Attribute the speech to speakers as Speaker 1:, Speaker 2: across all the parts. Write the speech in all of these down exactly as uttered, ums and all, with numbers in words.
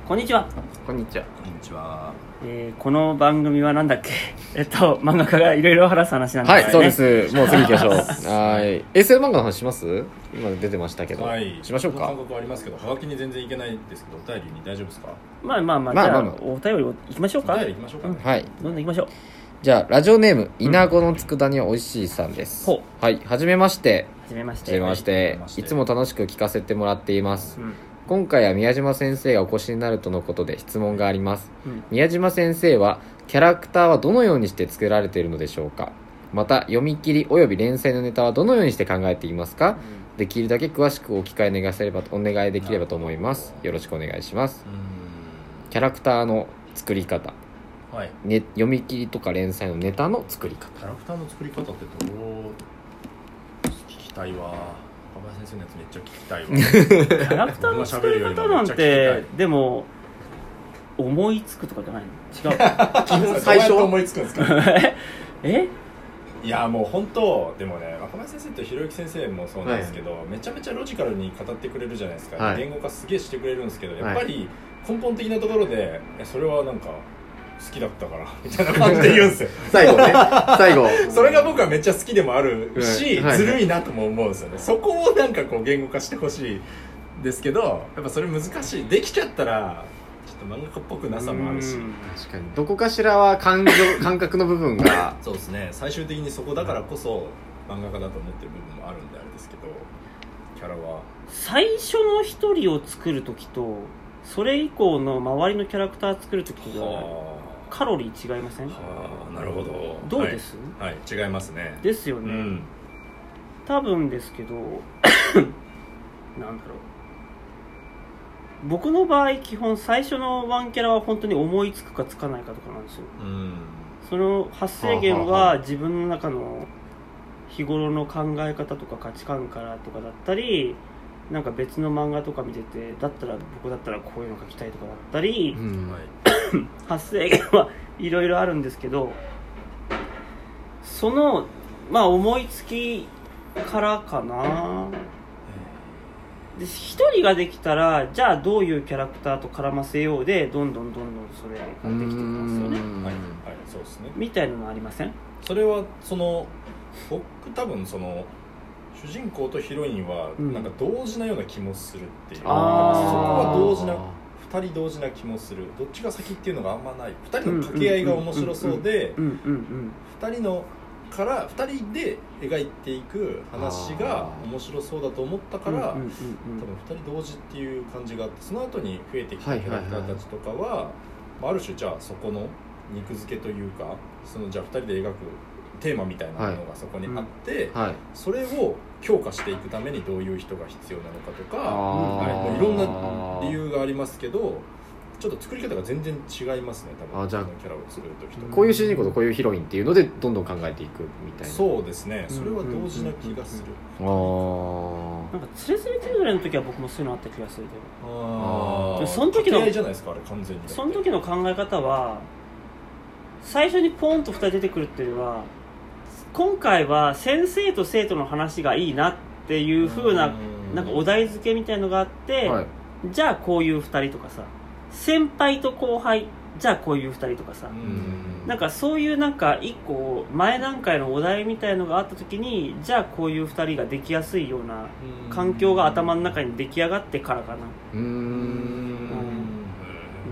Speaker 1: こんにちは。
Speaker 2: こんにちは。
Speaker 3: こんにちは。
Speaker 1: えー、この番組はなんだっけえっと漫画家がいろいろ話す話なんですよね。
Speaker 2: はい、そうです。もう次行きましょう。はい。エーエスエル 漫画の話します？今出てましたけど、
Speaker 3: はい、
Speaker 2: しましょうか。
Speaker 3: 感覚ありますけど、はがきに全然いけないですけど、お便りに大丈夫ですか？
Speaker 1: まあまあまあ、
Speaker 2: まあ
Speaker 1: じゃあ、
Speaker 2: まあまあ
Speaker 1: お便りをいきましょうか。
Speaker 3: お便り行きましょうか、ね
Speaker 1: うん、
Speaker 2: はい。
Speaker 1: どんどん行きましょう。
Speaker 2: じゃあラジオネームイナゴの佃煮はおいしいさんです。
Speaker 1: ほ
Speaker 2: はい。はじめまして。
Speaker 1: はじめまして
Speaker 2: はじめまして、
Speaker 3: はいはじめまして
Speaker 2: いつも楽しく聞かせてもらっています。
Speaker 1: うん、
Speaker 2: 今回は宮島先生がお越しになるとのことで質問があります。
Speaker 1: うん、
Speaker 2: 宮島先生はキャラクターはどのようにして作られているのでしょうか。また読み切りおよび連載のネタはどのようにして考えていますか。
Speaker 1: うん、
Speaker 2: できるだけ詳しくお機会願せればお願いできればと思います。よろしくお願いします。
Speaker 3: うーん
Speaker 2: キャラクターの作り方、
Speaker 3: はい、
Speaker 2: ね、読み切りとか連載のネタの作り方。
Speaker 3: キャラクターの作り方ってどう聞きたいわ。若林先生のやつめっちゃ聞きたいわ。
Speaker 1: キャラクターの作り方なんてでも思いつくとかじゃないの？違う。
Speaker 3: 基本最初思いつくんですか？
Speaker 1: え？
Speaker 3: いやもう本当でもね、若林先生とひろゆき先生もそうなんですけど、はい、めちゃめちゃロジカルに語ってくれるじゃないですか、はい、言語化すげえしてくれるんですけど、やっぱり根本的なところでそれはなんか好きだったからみたいな感じで言うんですよ。
Speaker 2: 最後ね、最後
Speaker 3: それが僕はめっちゃ好きでもあるし、
Speaker 2: はいはい、
Speaker 3: ずるいなとも思うんですよね。そこをなんかこう言語化してほしいですけど、やっぱそれ難しい。できちゃったらちょっと漫画家っぽくなさもあるし、
Speaker 2: 確かにどこかしらは感情感覚の部分が
Speaker 3: そうですね。最終的にそこだからこそ漫画家だと思ってる部分もあるんであれですけど、キャラは
Speaker 1: 最初の一人を作るときとそれ以降の周りのキャラクター作るときとではカロリー違いません？
Speaker 3: はあ、なるほど。
Speaker 1: どうです？
Speaker 3: はい、はい、違いますね。
Speaker 1: ですよね、
Speaker 3: うん、
Speaker 1: 多分ですけどなんだろう、僕の場合基本最初のワンキャラは本当に思いつくかつかないかとかなんですよ、
Speaker 3: うん、
Speaker 1: その発生源は自分の中の日頃の考え方とか価値観からとかだったり、なんか別の漫画とか見ててだったら僕だったらこういうの描きたいとかだったり、うん、発生源はいろいろあるんですけど、そのまあ思いつきからかな。で一人ができたらじゃあどういうキャラクターと絡ませようでどんどんどんどんそれができてきますよね。
Speaker 3: はい、はい、そうですね。
Speaker 1: みたいなのありません？
Speaker 3: それはその僕多分その主人公とヒロインはなんか同時なような気もするっていう、うん、そこは同時なふたり同時な気もする。どっちが先っていうのがあんまない。ふたりの掛け合いが面白そうで、ふたりのからふたりで描いていく話が面白そうだと思ったから、多分ふたり同時っていう感じがあって、その後に増えてきたキャラクターたちとかは、はいはいはい、ある種じゃあそこの肉付けというか、そのじゃあふたりで描くテーマみたいなものがそこにあって、はいはい、それを強化していくためにどういう人が必要なのかとか、はい、いろんな理由がありますけど、ちょっと作り方が全然違いますね。多分あじゃあキャラを作る時と
Speaker 2: こういう主人公とこういうヒロインっていうのでどんどん考えていくみたいな。
Speaker 3: そうですね。それは同時な気がする。
Speaker 1: ああ。なんかつれづれてるぐらいの時は僕もそういうのあった気がするけど。ああ。その時の
Speaker 3: じゃないですかあれ完全に。
Speaker 1: その時の考え方は最初にポンとふたり出てくるっていうのは、今回は先生と生徒の話がいいなっていう風ななんかお題付けみたいのがあって、はい、じゃあこういうふたりとかさ。先輩と後輩じゃあこういうふたりとかさ、うんなんかそういうなんか一個前段階のお題みたいのがあった時にじゃあこういうふたりができやすいような環境が頭の中に出来上がってからかな。うーん、うん、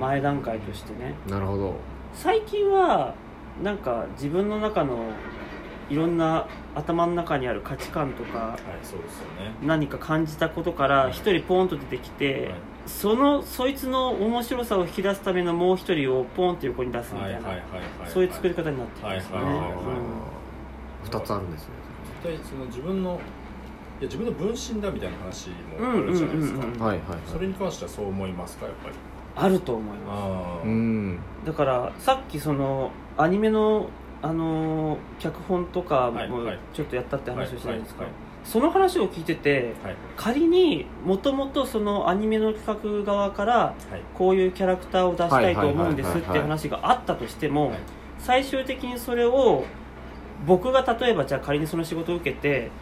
Speaker 1: 前段階としてね。
Speaker 2: なるほど。
Speaker 1: 最近はなんか自分の中のいろんな頭の中にある価値観とか、はい、そうですよね、何か感じたことから一人ポンと出てきて、はい、そのそいつの面白さを引き出すためのもう一人をポンと横に出すみたいな、そういう作り方になってきますね。
Speaker 2: ふたつあるんですね。
Speaker 3: 絶対その自分のいや自分の分身だみたいな話もあるじゃないですか。それに関してはそう思いますか？やっぱり
Speaker 1: あると思います。うんだからさっきそのアニメのあのー、脚本とかもちょっとやったって話をしたじゃないですか。その話を聞いてて、はい、仮にもともとそのアニメの企画側からこういうキャラクターを出したいと思うんですっていう話があったとしても、最終的にそれを僕が例えばじゃあ仮にその仕事を受けて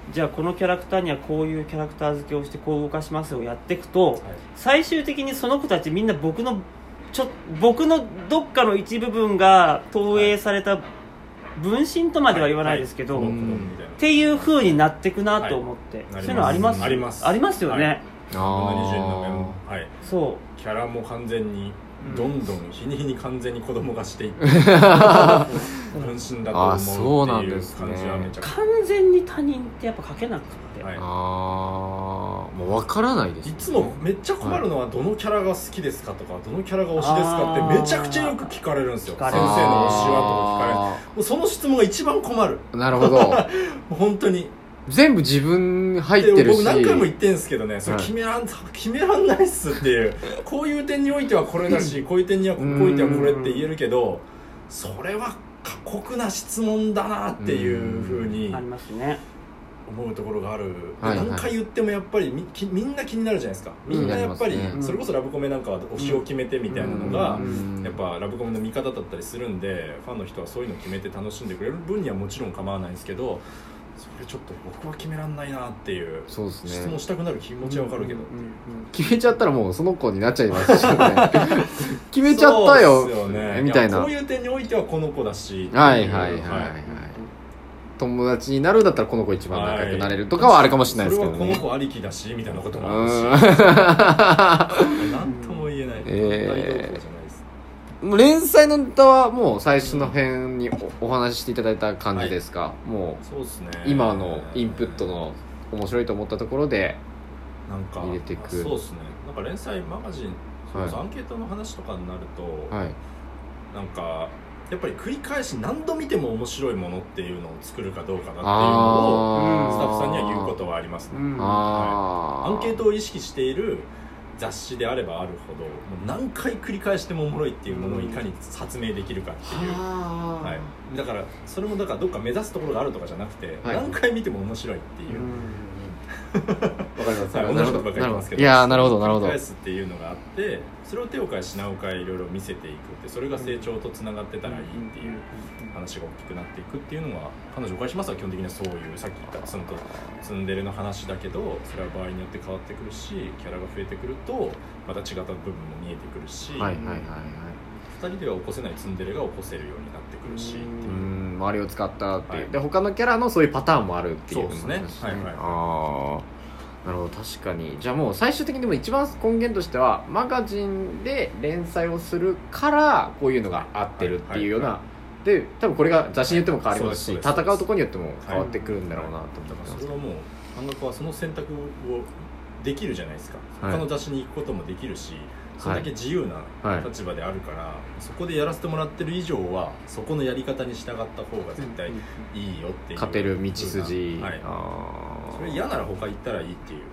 Speaker 1: じゃあこのキャラクターにはこういうキャラクター付けをしてこう動かしますをやっていくと、
Speaker 3: はい、
Speaker 1: 最終的にその子たちみんな僕のちょ僕のどっかの一部分が投影された分身とまでは言わないですけど、
Speaker 3: はいはい、
Speaker 1: っていう風になっていくなと思って、はい、そういうのあります
Speaker 3: あります
Speaker 1: ありますよね、はい、
Speaker 2: あ
Speaker 3: あ、はい、
Speaker 1: そう
Speaker 3: キャラも完全にどんどん日に日に完全に子供がしていって分身だと思うっていう感じはめちゃくちゃ、
Speaker 1: 完全に他人ってやっぱ書けなくて、
Speaker 2: はい、ああもう分からないです、ね、
Speaker 3: いつもめっちゃ困るのはどのキャラが好きですかとかどのキャラが推しですかってめちゃくちゃよく聞かれるんですよ。先生の推しはとか聞かれる。もうその質問が一番困る。
Speaker 2: なるほども
Speaker 3: う本当に
Speaker 2: 全部自分入ってるし、
Speaker 3: 僕何回も言ってんですけどね、それ決めらん、はい、決めらんないっすっていうこういう点においてはこれだしこういう点にはこういう点はこれって言えるけど、それは過酷な質問だなっていうふうに
Speaker 1: ありますね
Speaker 3: 思うところがある、
Speaker 2: はいはい、
Speaker 3: 何回言ってもやっぱり み, みんな気になるじゃないですか。みんなやっぱり、
Speaker 2: うん、
Speaker 3: それこそラブコメなんかは推しを決めてみたいなのが、
Speaker 2: うん、
Speaker 3: やっぱラブコメの見方だったりするんで、ファンの人はそういうのを決めて楽しんでくれる分にはもちろん構わないんですけど、それちょっと僕は決めらんないなっていう、
Speaker 2: そうですね、
Speaker 3: 質問したくなる気持ちはわかるけど、うんうんうん、
Speaker 2: 決めちゃったらもうその子になっちゃいますしね決めちゃったよ、
Speaker 3: そうですよね、
Speaker 2: みたいな、
Speaker 3: いこういう点においてはこの子だし、
Speaker 2: はいはいはいはい、はい、友達になるんだったらこの子一番仲良くなれるとかはあるかもしれないですけどね、
Speaker 3: それはこの子ありきだしみたいなこともあるし何とも言えない、
Speaker 2: えー連載のネタはもう最初の辺に お, お話ししていただいた感じですか、はい、もう
Speaker 3: そうですね、
Speaker 2: 今のインプットの面白いと思ったところで入れていく。
Speaker 3: そうですね、なんか連載マガジン、それこそアンケートの話とかになると、はい、なんかやっぱり繰り返し何度見ても面白いものっていうのを作るかどうかなっていうのをスタッフさんには言うことはありますね、うん、はい、アンケートを意識している雑誌であればあるほどもう何回繰り返してもおもろいっていうものをいかに発明できるかっていう、はい、だからそれもだからどっか目指すところがあるとかじゃなくて、はい、何回見ても面白いっていう、わかります、はい、同じことばっかり言いますけど、
Speaker 2: いやなるほどなるほど、
Speaker 3: 繰り返すっていうのがあってそれを手を変え品を変えいろいろ見せていくってそれが成長とつながってたらいいっていう話が大きくなっていくっていうのは彼女をお返しますは基本的にはそういうさっき言ったツンとツンデレの話だけどそれは場合によって変わってくるしキャラが増えてくるとまた違った部分も見えてくるし、はいはいはいはい、ふたりでは起こせないツンデレが起こせるようになってくるしっていう
Speaker 2: うん周りを使ったっていう、はい、で他のキャラのそういうパターンもあるっていう
Speaker 3: そうですね、はいはい、
Speaker 2: あなるほど確かにじゃあもう最終的にでも一番根源としてはマガジンで連載をするからこういうのが合ってるっていうような、はいはいはい、で多分これが雑誌によっても変わりますし戦うところによっても変わってくるんだろうなと思ってます、
Speaker 3: はい、それはもう漫画家はその選択をできるじゃないですか、はい、他の雑誌に行くこともできるしそれだけ自由な立場であるから、はい、そこでやらせてもらってる以上はそこのやり方に従った方が絶対いいよっていう
Speaker 2: 勝てる道筋、
Speaker 3: はい、あそれ嫌なら他行ったらいいっていう、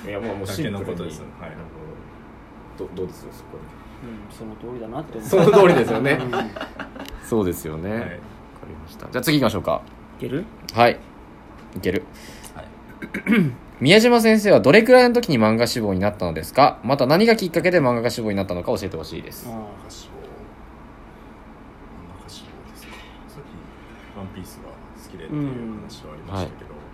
Speaker 2: いやもうもうシンプルに
Speaker 3: だけのことです、はい、
Speaker 2: ど, どうですそこ
Speaker 1: で、うん、その通りだなって思う
Speaker 2: その通りですよねそうですよね、はい、分かりました。じゃあ次行きましょうか。
Speaker 1: いける？
Speaker 2: はいいける、はい、宮島先生はどれくらいの時に漫画志望になったのですか？また何がきっかけで漫画家志望になったのか教えてほしいです。
Speaker 3: 漫画家志望漫画家志望ですか。さっきワンピースが好きでっていう話はありましたけど、うんはい、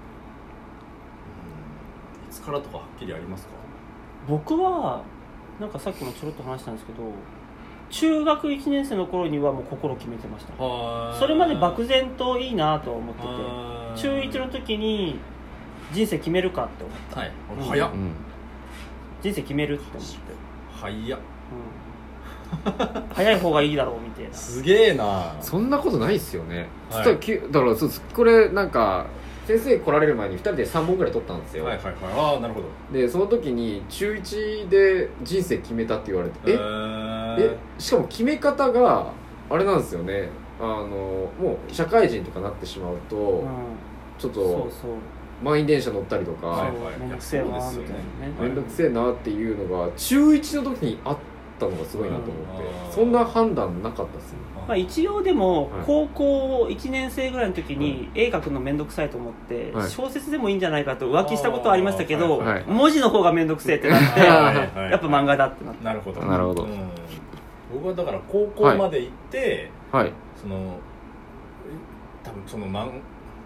Speaker 3: いつからとかはっきりありますか？
Speaker 1: 僕はなんかさっきもちょろっと話したんですけど中学いちねん生の頃にはもう心決めてました。それまで漠然といいなと思ってて中いちの時に人生決めるかって思った、
Speaker 3: はいうん、早っ、うん、
Speaker 1: 人生決めるって思って
Speaker 3: 早っ、
Speaker 1: うん、早い方がいいだろうみたいな
Speaker 3: すげえな
Speaker 2: そんなことないっすよね、はい、だからそうこれなんか先生来られる前にふたりでさんぼんぐらい撮ったんですよ。
Speaker 3: はいはいはい、ああなるほど。
Speaker 2: でその時に中いちで人生決めたって言われてええしかも決め方があれなんですよねあのもう社会人とかなってしまうと、うん、ちょっとそうそう満員電車乗ったりとか、はいはい、
Speaker 1: めんどくせえなみたいなね
Speaker 2: めんどくせえなっていうのが中いちの時にあったのがすごいなと思って、うん、そんな判断なかったですね。
Speaker 1: まあ、一応でも高校いちねん生ぐらいの時に絵描くのめんどくさいと思って小説でもいいんじゃないかと浮気したことはありましたけど文字の方がめんどくせえってなってやっぱ漫画だってなって。
Speaker 3: なるほど
Speaker 2: なるほど、うん、
Speaker 3: 僕はだから高校まで行って、
Speaker 2: はいはい、
Speaker 3: その多分その漫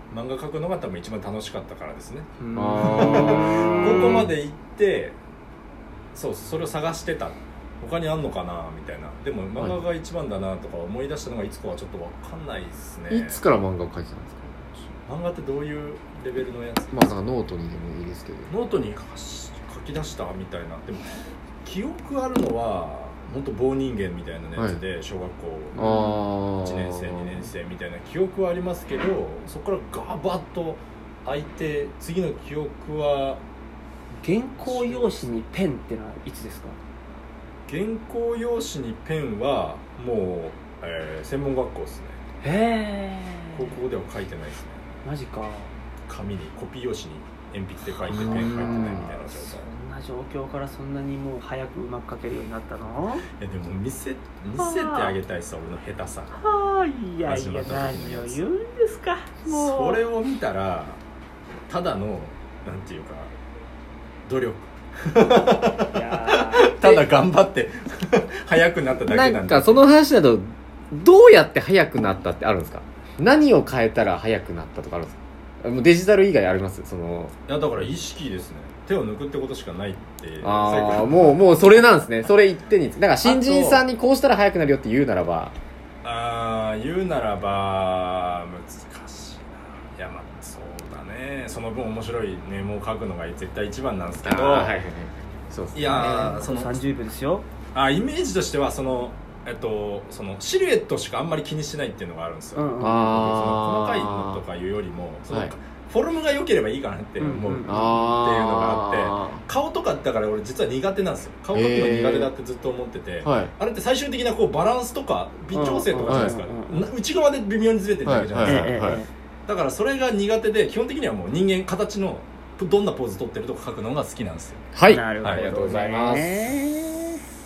Speaker 3: 漫画描くのが多分一番楽しかったからですね。
Speaker 1: うん
Speaker 2: あ
Speaker 3: ここまで行ってそうそれを探してた、他にあんのかなみたいな。でも漫画が一番だなとか思い出したのがいつかはちょっと分かんないですね。
Speaker 2: いつから漫画を描いてたんですか？
Speaker 3: 漫画ってどういうレベルのやつ？
Speaker 2: まあなんかノートにでもいいですけど。
Speaker 3: ノートに書し書き出したみたいな。でも記憶あるのは本当棒人間みたいなやつで、小学校
Speaker 2: あ
Speaker 3: いちねん生にねん生みたいな記憶はありますけど、そこからガバッと開いて次の記憶は
Speaker 1: 原稿用紙にペンってのはいつですか？
Speaker 3: 原稿用紙にペンはもう、えー専門学校ですね。
Speaker 1: へえ
Speaker 3: 高校では書いてないですね。
Speaker 1: マジか。
Speaker 3: 紙にコピー用紙に鉛筆で書いてペン書いてないみたいな状態。
Speaker 1: そんな状況からそんなにもう早くうまく書けるようになったの？
Speaker 3: いやでも見せ見せてあげたいさ、俺の下手さ。
Speaker 1: はあ、いやいや何を言うんですか。もう
Speaker 3: それを見たらただのなんていうか努力
Speaker 1: いや
Speaker 3: ただ頑張って速くなっただけなんで。
Speaker 2: なんかその話だとどうやって速くなったってあるんですか？何を変えたら速くなったとかあるんですか？もうデジタル以外あります？その
Speaker 3: いやだから意識ですね。手を抜くってことしかないって。
Speaker 2: ああもうもうそれなんですね。それ言ってにだから新人さんにこうしたら速くなるよって言うならば、
Speaker 3: あ言うならば難しいな。いやまあそうだね。その分面白いメモを書くのが絶対一番なんですけど、
Speaker 2: はいはいはいそうですね。
Speaker 3: いやーその
Speaker 1: さんじゅうびょうですよ。
Speaker 3: あイメージとしてはそのえっとそのシルエットしかあんまり気にしてないっていうのがあるんですよ。
Speaker 1: うんうん
Speaker 3: その細かいのとかいうよりもその、
Speaker 2: はい
Speaker 3: フォルムが良ければいいかなって思うっていうのがあって、
Speaker 2: あ
Speaker 3: 顔とかだから俺実は苦手なんですよ。顔描くの苦手だってずっと思ってて、
Speaker 2: ーはい
Speaker 3: あれって最終的なこうバランスとか微調整とかじゃないですか、
Speaker 1: うんうんうん
Speaker 3: な内側で微妙にずれてるだけじゃないですか、
Speaker 1: ええええ
Speaker 2: はい
Speaker 1: え
Speaker 3: だからそれが苦手で基本的にはもう人間形のどんなポーズ取ってるとか描くのが好きなんですよ。
Speaker 2: はい
Speaker 1: えなるほどね。
Speaker 3: ありがとうございます